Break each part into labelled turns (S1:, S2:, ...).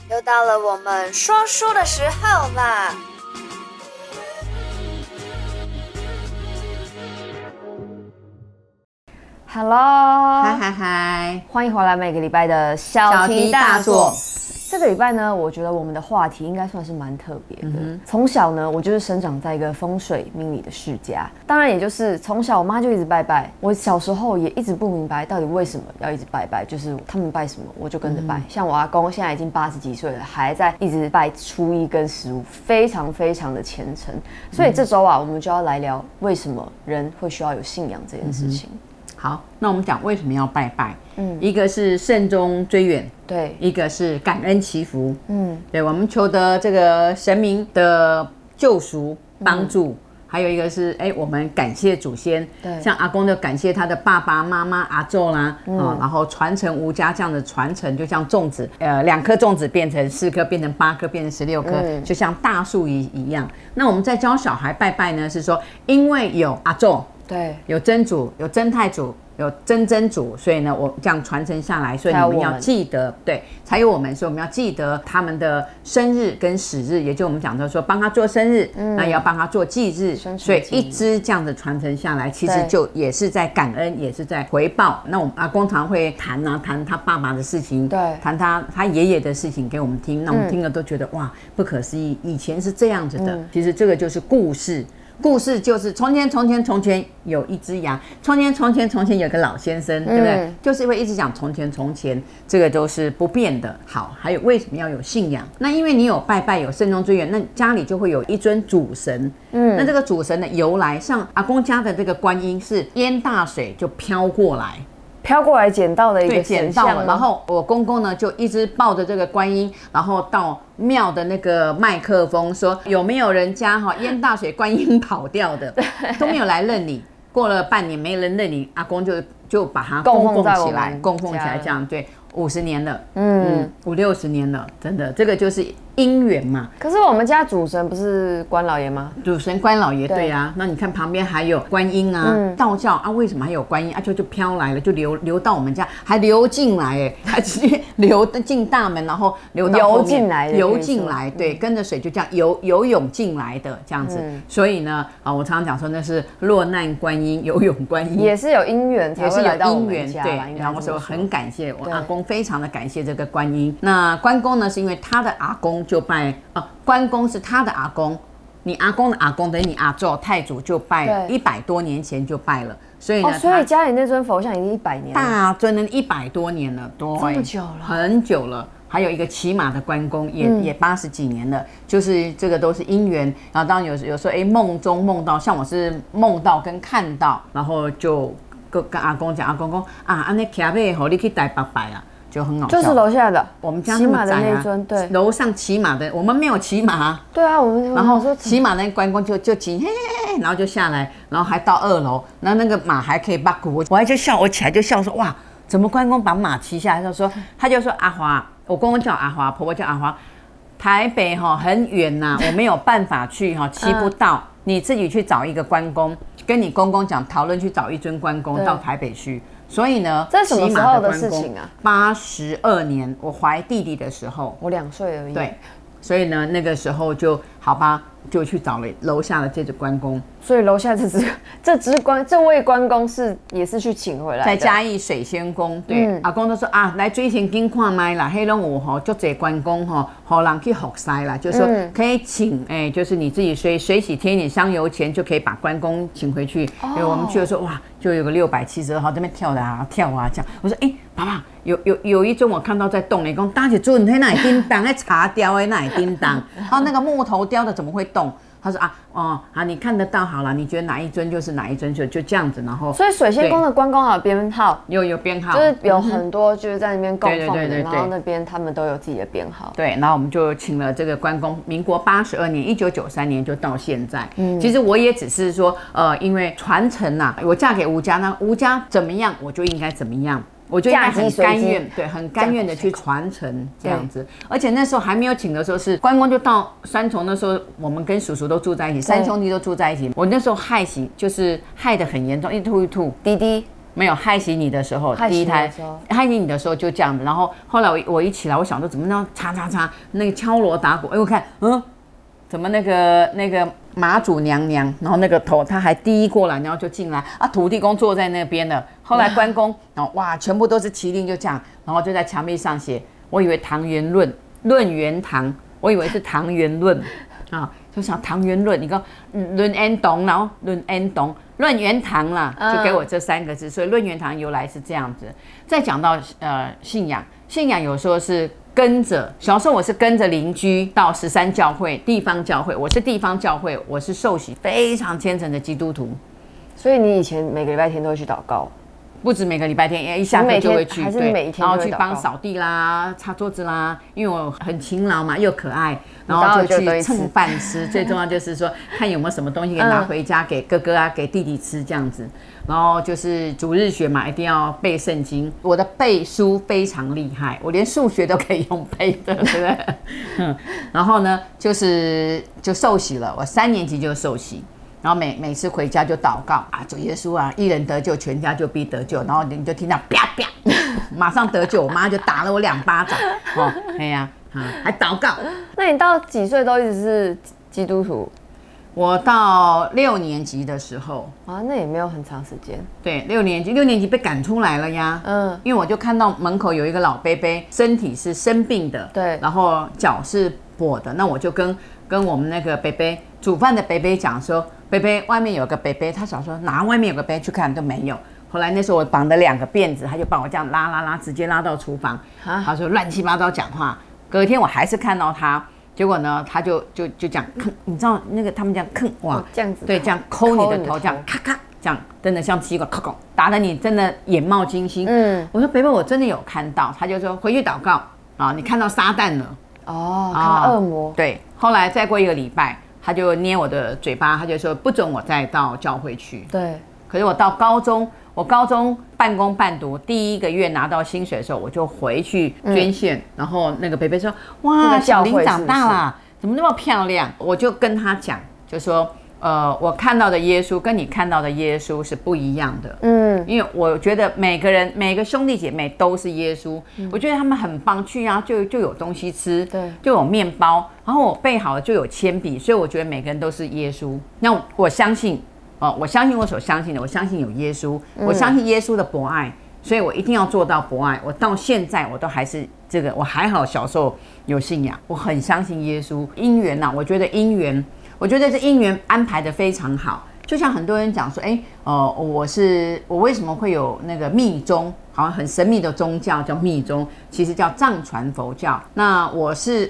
S1: 又到了我们说书的时候啦！Hello，
S2: 嗨，
S1: 欢迎回来每个礼拜的小题大做。这个礼拜呢，我觉得我们的话题应该算是蛮特别的。从小呢，我就是生长在一个风水命理的世家，当然也就是从小我妈就一直拜拜。我小时候也一直不明白到底为什么要一直拜拜，就是他们拜什么我就跟着拜。像我阿公现在已经80几岁了，还在一直拜初一跟15，非常非常的虔诚。所以这周啊，我们就要来聊为什么人会需要有信仰这件事情。
S2: 好，那我们讲为什么要拜拜。一个是慎终追远，
S1: 对，
S2: 一个是感恩祈福，对，我们求得这个神明的救赎帮助，还有一个是我们感谢祖先，对，像阿公就感谢他的爸爸妈妈阿祖啦，然后传承吴家这样的传承，就像粽子，2颗粽子变成4颗，变成8颗，变成16颗，就像大树一样。那我们在教小孩拜拜呢，是说因为有阿祖，对，有曾祖，有曾太祖，有曾祖，所以呢，我这样传承下来，所以你们要记得，对，才有我们，所以我们要记得他们的生日跟死日，也就我们讲的说，帮他做生日，那也要帮他做忌日，所以一直这样子传承下来，其实就也是在感恩，也是在回报。那我们阿公常会谈他爸爸的事情，对，谈他爷爷的事情给我们听，那我们听了都觉得哇，不可思议，以前是这样子的，其实这个就是故事。故事就是从前有一只羊，从前有个老先生，对不对？就是会一直讲从前，这个都是不变的。好，还有为什么要有信仰？那因为你有拜拜，有慎终追远，那家里就会有一尊主神。那这个主神的由来，像阿公家的这个观音是淹大水就飘过来
S1: 捡到的一个神像，
S2: 然后我公公呢就一直抱着这个观音，然后到庙的那个麦克风说有没有人家淹大水观音跑掉的，都没有来认领。过了半年没人认领，阿公就把它供奉起来，这样对，50年了，50-60年了，真的，这个就是因缘嘛。
S1: 可是我们家主神不是关老爷吗？
S2: 主神关老爷，对啊。那你看旁边还有观音啊，道教啊，为什么还有观音啊？就飘来了，就流到我们家，还流进来，还直接流进大门，然后流到后面流进来，对，跟着水就这样游泳进来的这样子。所以呢，我常常讲说那是落难观音、游泳观音，
S1: 也是有因缘才会来到我们家，
S2: 对。然后我很感谢我阿公，非常的感谢这个观音。那关公呢，是因为他的阿公就拜关公是他的阿公，你阿公的阿公等于你阿祖太祖就拜100多年前就拜了，所以呢，
S1: 所以家里那尊佛像已经100年了，
S2: 大尊人100多年了，对，
S1: 这么久了，
S2: 很久了。还有一个骑马的关公也80几年了，就是这个都是因缘。然后当然有时候梦中梦到，像我是梦到跟看到，然后就跟阿公讲，阿公说啊，那骑马吼你去带拜拜啊。就很好笑，
S1: 就是楼下的
S2: 我们家
S1: 骑马的那尊，对，
S2: 楼上骑马的，我们没有骑马，
S1: 对啊，我们
S2: 然后骑马的关公就骑，嘿嘿嘿，然后就下来，然后还到2楼，然后那个马还可以把骨，我还就笑，我起来就笑说哇，怎么关公把马骑下来？他就说阿华，我公公叫阿华，婆婆叫阿华，台北很远呐，我没有办法去骑不到，你自己去找一个关公，跟你公公讲讨论去找一尊关公到台北去。所以呢，
S1: 这是什么时候的事情啊
S2: ？82年，我怀弟弟的时候，
S1: 我2岁而已。
S2: 对，所以呢，那个时候就好吧，就去找了楼下的这只关公。
S1: 所以楼下这位关公也是去请回来的，
S2: 在嘉义水仙宫。对，阿公都说啊，来水仙宫看麦啦，黑龙有足多关公好人去服侍啦，就是说可以请就是你自己水洗添一点香油钱，就可以把关公请回去。我们去的时候哇，就有个672号这边跳啊这样。我说爸爸，有一尊我看到在动，你讲大姐尊那哪会叮当，那茶雕的那会叮当，然后那个木头雕的怎么会动？他说你看得到好了，你觉得哪一尊就是哪一尊，就这样子，然后
S1: 所以水仙宫的关公有编号，
S2: 有编号，
S1: 就是有很多就是在那边供奉的，然后那边他们都有自己的编号。
S2: 对，然后我们就请了这个关公，民国82年，1993年就到现在。其实我也只是说因为传承啊，我嫁给吴家，那吴家怎么样，我就应该怎么样。我就应该很甘愿，对，很甘愿的去传承这样子。而且那时候还没有请的时候，是关公就到三重，那时候我们跟叔叔都住在一起，3兄弟都住在一起。我那时候害喜就是害得很严重，一吐。
S1: 弟弟
S2: 没有害死你的时候，第一胎害死你的时候就这样子，然后后来我一起来，我想说怎么样擦那个敲锣打鼓，我看怎么那个妈祖娘娘，然后那个头他还低过来，然后就进来啊，土地公坐在那边了。后来关公，然后哇，全部都是麒麟，就这样，然后就在墙壁上写，我以为唐元论元堂，我以为是唐元论啊，就想唐元论，你看论元堂，然后论元堂，论元堂啦，就给我这3个字，所以论元堂由来是这样子。再讲到信仰有时候是。小时候我是跟着邻居到13教会地方教会，我是地方教会，我是受洗非常虔诚的基督徒，
S1: 所以你以前每个礼拜天都会去祷告？
S2: 不止每个礼拜天，一下课就会去，
S1: 还是每一天
S2: 然后去帮扫地啦、擦桌子啦，因为我很勤劳嘛，又可爱，然后就去蹭饭吃。最重要就是说，看有没有什么东西给拿回家给哥哥啊、给弟弟吃这样子。然后就是主日学嘛，一定要背圣经。我的背书非常厉害，我连数学都可以用背的，对不对？然后呢，就受洗了，我3年级就受洗。然后每次回家就祷告啊，主耶稣啊，一人得救，全家就必得救。然后你就听到啪啪，马上得救，我妈就打了我2巴掌。哎呀，还祷告。
S1: 那你到几岁都一直是基督徒？
S2: 我到6年级的时候
S1: 啊，那也没有很长时间。
S2: 对，6年级被赶出来了呀。因为我就看到门口有一个老伯伯，身体是生病的，
S1: 对，
S2: 然后脚是跛的，那我就跟我们那个伯伯煮饭的伯伯讲说，伯伯外面有个伯伯，他想说哪外面有个伯伯去看都没有。后来那时候我绑了2个辫子，他就把我这样拉，直接拉到厨房。他说乱七八糟讲话。隔天我还是看到他。结果呢，他就这样，你知道那个他们这样坑哇，这样子，对，这样抠你的头，这样咔咔，这样真的像吸管，咔咔打得你真的眼冒金星。我说伯伯，我真的有看到，他就说回去祷告啊，你看到撒旦了
S1: 看到恶魔。
S2: 对，后来再过1个礼拜，他就捏我的嘴巴，他就说不准我再到教会去。
S1: 对，
S2: 可是我到高中半工半读，第1个月拿到薪水的时候，我就回去捐献。然后那个伯伯说：“哇，小林长大了，怎么那么漂亮？”我就跟他讲，就说：“我看到的耶稣跟你看到的耶稣是不一样的。因为我觉得每个兄弟姐妹都是耶稣，我觉得他们很棒，去啊就有东西吃，对，就有面包，然后我备好了就有铅笔，所以我觉得每个人都是耶稣。那我相信。”我相信我所相信的，我相信有耶稣，我相信耶稣的博爱，所以我一定要做到博爱。我到现在我都还是这个，我还好小时候有信仰，我很相信耶稣。姻缘呐，我觉得这姻缘安排的非常好。就像很多人讲说，我为什么会有那个密宗，好像很神秘的宗教叫密宗，其实叫藏传佛教。那我是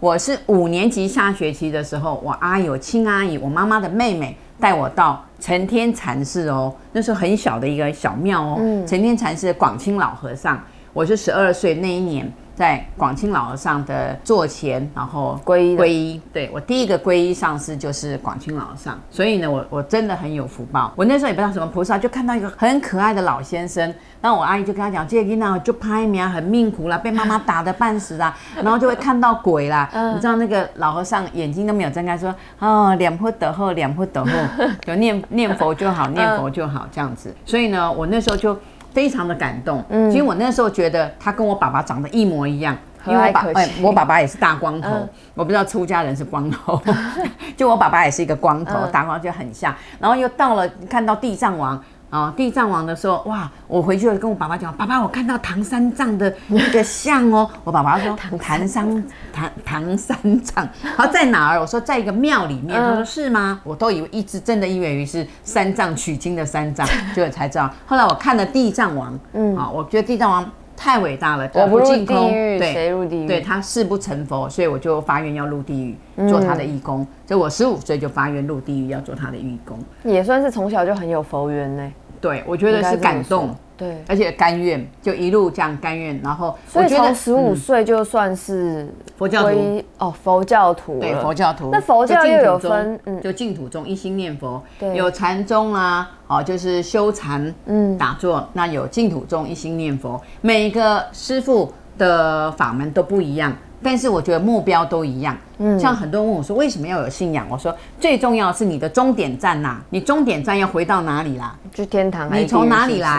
S2: 5年级下学期的时候，我亲阿姨，我妈妈的妹妹。带我到承天禅寺那时候很小的一个小庙承天禅寺的广清老和尚，我是12岁那一年在广清老和尚的座前，然后皈依。对，我第一个皈依上师就是广清老和尚，所以呢，我真的很有福报。我那时候也不知道什么菩萨，就看到一个很可爱的老先生，然后我阿姨就跟他讲，这个囡仔就拍命很命苦啦，被妈妈打得半死啦，然后就会看到鬼啦。你知道那个老和尚眼睛都没有睁开，说两不得后，两不得后，就念佛就好，念佛就好这样子。所以呢，我那时候就非常的感动。其实我那时候觉得他跟我爸爸长得一模一样，因为我爸爸也是大光头，我不知道出家人是光头，就我爸爸也是一个光头，大光头就很像。然后又到了看到地藏王。地藏王的时候，哇！我回去了跟我爸爸讲，爸爸，我看到唐三藏的那个像我爸爸说唐三藏，他在哪儿？我说在一个庙里面。他说是吗？我都真的以为是三藏取经的三藏，结果才知道。后来我看了地藏王，我觉得地藏王太伟大了，
S1: 我不入地狱，谁入地狱？
S2: 对，他誓不成佛，所以我就发愿要入地狱，做他的义工。所以我15岁就发愿入地狱，要做他的义工。
S1: 也算是从小就很有佛缘呢。
S2: 对，我觉得是感动，
S1: 对，
S2: 而且甘愿，就一路这样甘愿，然后
S1: 所以从15岁就算是
S2: 佛教徒
S1: 佛教徒了，
S2: 对，佛教徒。
S1: 那佛教又有分，
S2: 就净土宗一心念佛，有禅宗啊，就是修禅，打坐，那有净土宗一心念佛，每一个师父的法门都不一样。但是我觉得目标都一样，像很多人问我说为什么要有信仰，我说最重要是你的终点站你终点站要回到哪里啦？
S1: 去天堂，
S2: 你从哪里来？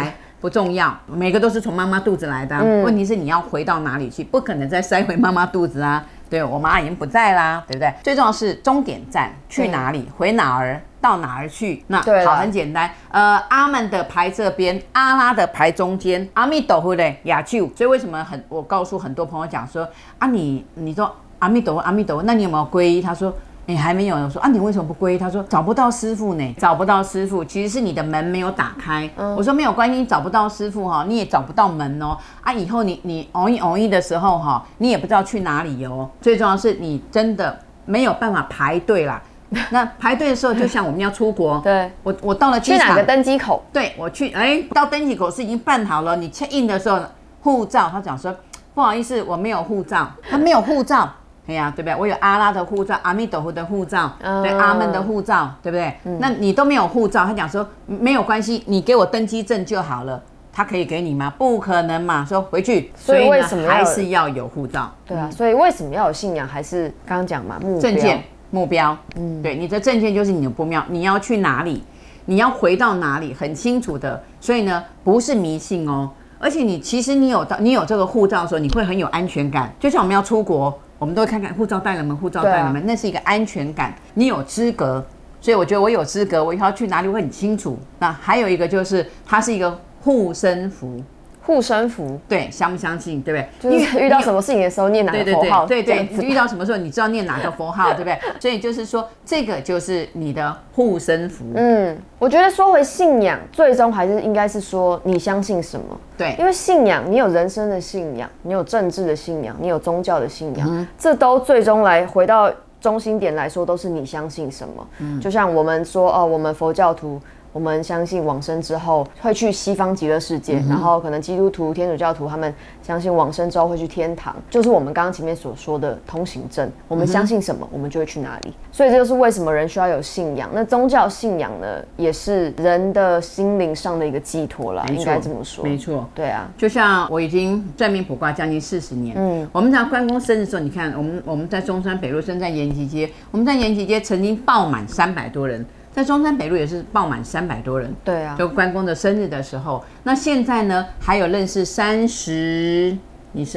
S2: 不重要，每个都是从妈妈肚子来的，问题是你要回到哪里去，不可能再塞回妈妈肚子啊。对，我妈已经不在啦，对不对？最重要是终点站去哪里，回哪儿，到哪儿去。那好，很简单。阿们的排这边，阿拉的排中间，阿弥陀佛的亚舅。所以为什么我告诉很多朋友讲说啊，你说阿弥陀佛，阿弥陀佛，那你有没有皈依？他说。还没有。我说啊，你为什么不皈依？他说找不到师父呢，找不到师父，其实是你的门没有打开。我说没有关系，你找不到师父哈，你也找不到门哦。啊，以后你偶一的时候哈，你也不知道去哪里哦。最重要是你真的没有办法排队啦。那排队的时候，就像我们要出国，
S1: 对，
S2: 我到了机场，
S1: 去哪个登机口？
S2: 对，我去，到登机口是已经办好了，你 check in 的时候，护照，他讲说不好意思，我没有护照，他没有护照。对呀，对不对？我有阿拉的护照，阿弥陀佛的护照，对，阿门的护照，对不对？那你都没有护照，他讲说没有关系，你给我登机证就好了。他可以给你吗？不可能嘛，说回去。
S1: 所以为什么
S2: 还是要有护照？
S1: 对啊，所以为什么要有信仰？还是刚刚讲嘛，
S2: 证件、目标。对，你的证件就是你的目标，你要去哪里，你要回到哪里，很清楚的。所以呢，不是迷信哦，而且其实你有这个护照的时候，你会很有安全感。就像我们要出国。我们都会看看护照带了吗？护照带了吗？那是一个安全感，你有资格，所以我觉得我有资格，我以后要去哪里会很清楚。那还有一个就是，它是一个护身符。
S1: 护身符，
S2: 对，相不相信，对不对？
S1: 就是遇到什么事情的时候念哪个佛号，
S2: 对，遇到什么时候你知道念哪个佛号，对不对？所以就是说，这个就是你的护身符。
S1: 我觉得说回信仰，最终还是应该是说你相信什么。
S2: 对，
S1: 因为信仰，你有人生的信仰，你有政治的信仰，你有宗教的信仰，这都最终来回到中心点来说，都是你相信什么。就像我们说，我们佛教徒。我们相信往生之后会去西方极乐世界，然后可能基督徒、天主教徒他们相信往生之后会去天堂，就是我们刚刚前面所说的通行证。我们相信什么，我们就会去哪里。所以这就是为什么人需要有信仰。那宗教信仰呢，也是人的心灵上的一个寄托啦，应该这么说。
S2: 没错，
S1: 对啊。
S2: 就像我已经算命卜卦将近40年，我们在关公生日的时候，你看我们在中山北路生在延吉街，我们在延吉街曾经爆满300多人。在中山北路也是爆满300多人，
S1: 对啊，
S2: 就关公的生日的时候。那现在呢，还有认识你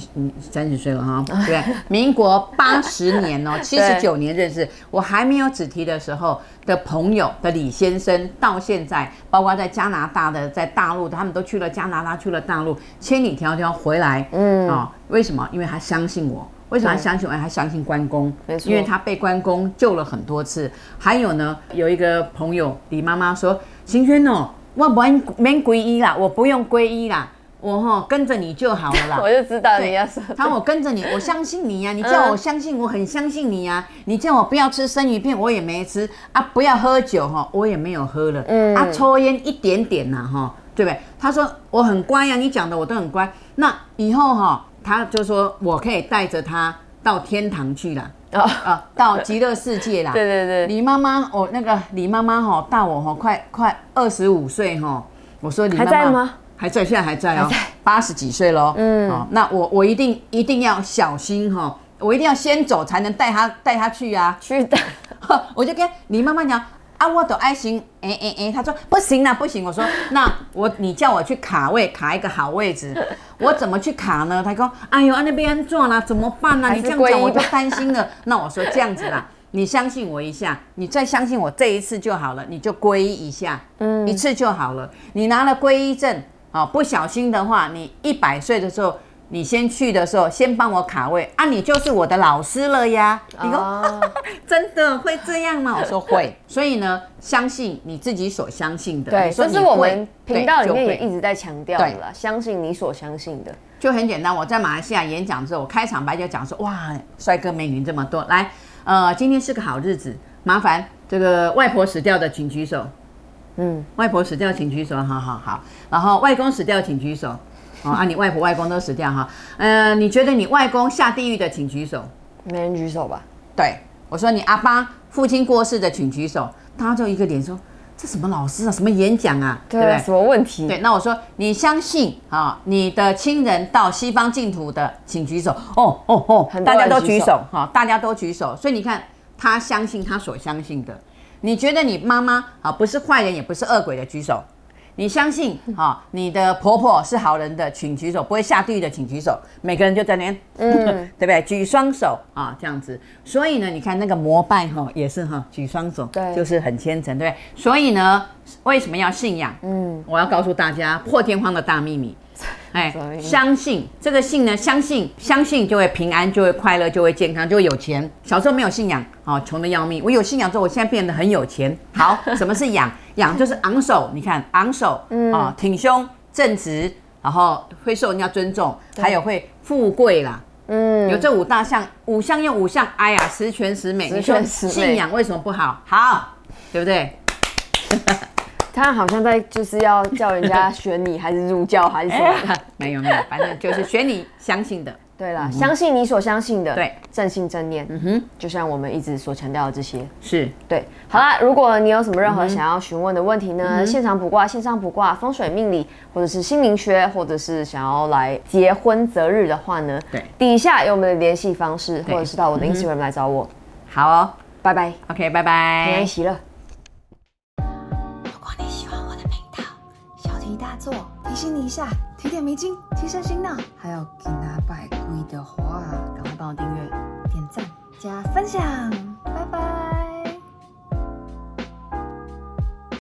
S2: 30岁了哈，对，民国80年哦，79年认识，我还没有子提的时候的朋友的李先生，到现在，包括在加拿大的，在大陆的，他们都去了加拿大，去了大陆，千里迢迢回来，为什么？因为他相信我。为什么他相信我？他相信关公，因为他被关公救了很多次。还有呢，有一个朋友李妈妈说：“行轩哦，我不免皈依啦，我不用皈依啦，我跟着你就好了啦。”
S1: 我就知道你要说。
S2: 他说我跟着你，我相信你呀、你叫我相信，我很相信你呀、你叫我不要吃生鱼片，我也没吃啊；不要喝酒哈，我也没有喝了。抽烟一点点呐哈，对不对？他说我很乖呀、你讲的我都很乖。那以后哈。他就说我可以带着他到天堂去啦，到极乐世界啦。
S1: 对，
S2: 李妈妈，那个李妈妈大我快25岁我说李妈妈
S1: 还在吗？
S2: 还在，现在还在80几岁咯。那我一定要小心我一定要先走才能带他去啊。
S1: 去的，
S2: 我就跟李妈妈讲。我都爱行，他说不行啦，不行。我说那你叫我去卡位，卡一个好位置，我怎么去卡呢？他说，哎呦，那边安怎啦？怎么办啦？你这样讲我就担心了。那我说这样子啦，你相信我一下，你再相信我这一次就好了，你就皈依一下，一次就好了。你拿了皈依证，不小心的话，你100岁的时候。你先去的时候，先帮我卡位啊！你就是我的老师了呀！你说真的会这样吗？我说会。所以呢，相信你自己所相信的。
S1: 对，这是我们频道里面也一直在强调的啦。相信你所相信的，
S2: 就很简单。我在马来西亚演讲之后，我开场白就讲说：哇，帅哥美女这么多，来，今天是个好日子，麻烦这个外婆死掉的请举手。外婆死掉请举手，好。然后外公死掉请举手。你外婆外公都死掉哈，你觉得你外公下地狱的请举手，
S1: 没人举手吧？
S2: 对，我说你阿爸父亲过世的请举手，大家就一个脸说这什么老师啊，什么演讲啊，对不对？
S1: 什么问题？
S2: 对，那我说你相信你的亲人到西方净土的请举手，大家都举手大家都举手，所以你看他相信他所相信的，你觉得你妈妈不是坏人也不是恶鬼的举手。 你相信你的婆婆是好人的，请举手；不会下地狱的，请举手。每个人就在那边，对不对？举双手这样子。所以呢，你看那个膜拜也是举双手，
S1: 对，
S2: 就是很虔诚，对不对？所以呢，为什么要信仰？我要告诉大家破天荒的大秘密。相信这个信呢，相信就会平安，就会快乐，就会健康，就会有钱。小时候没有信仰，穷得要命。我有信仰之后，我现在变得很有钱。好，什么是仰？仰就是昂首，你看昂首挺胸正直，然后会受人家尊重，还有会富贵啦。有这5大项，5项用5项，哎呀，十全十美。你说信仰为什么不好？好，对不对？
S1: 他好像在就是要叫人家选你，还是入教，还是什么？
S2: 没有，反正就是选你相信的。
S1: 对啦，相信你所相信的，
S2: 对，
S1: 正信正念，就像我们一直所强调的这些，
S2: 是
S1: 对。好啦，如果你有什么任何想要询问的问题呢，现场卜卦、线上卜卦、风水命理，或者是姓名学，或者是想要来结婚择日的话呢，
S2: 对，
S1: 底下有我们的联系方式，或者是到我的 Instagram 来找我。
S2: 好哦，
S1: 拜拜。
S2: OK， 拜拜，
S1: 平安喜乐。
S3: 大作提醒你一下，提点迷津，提升心脑。还有给拿百贵的话，赶快帮我订阅、点赞、加分享。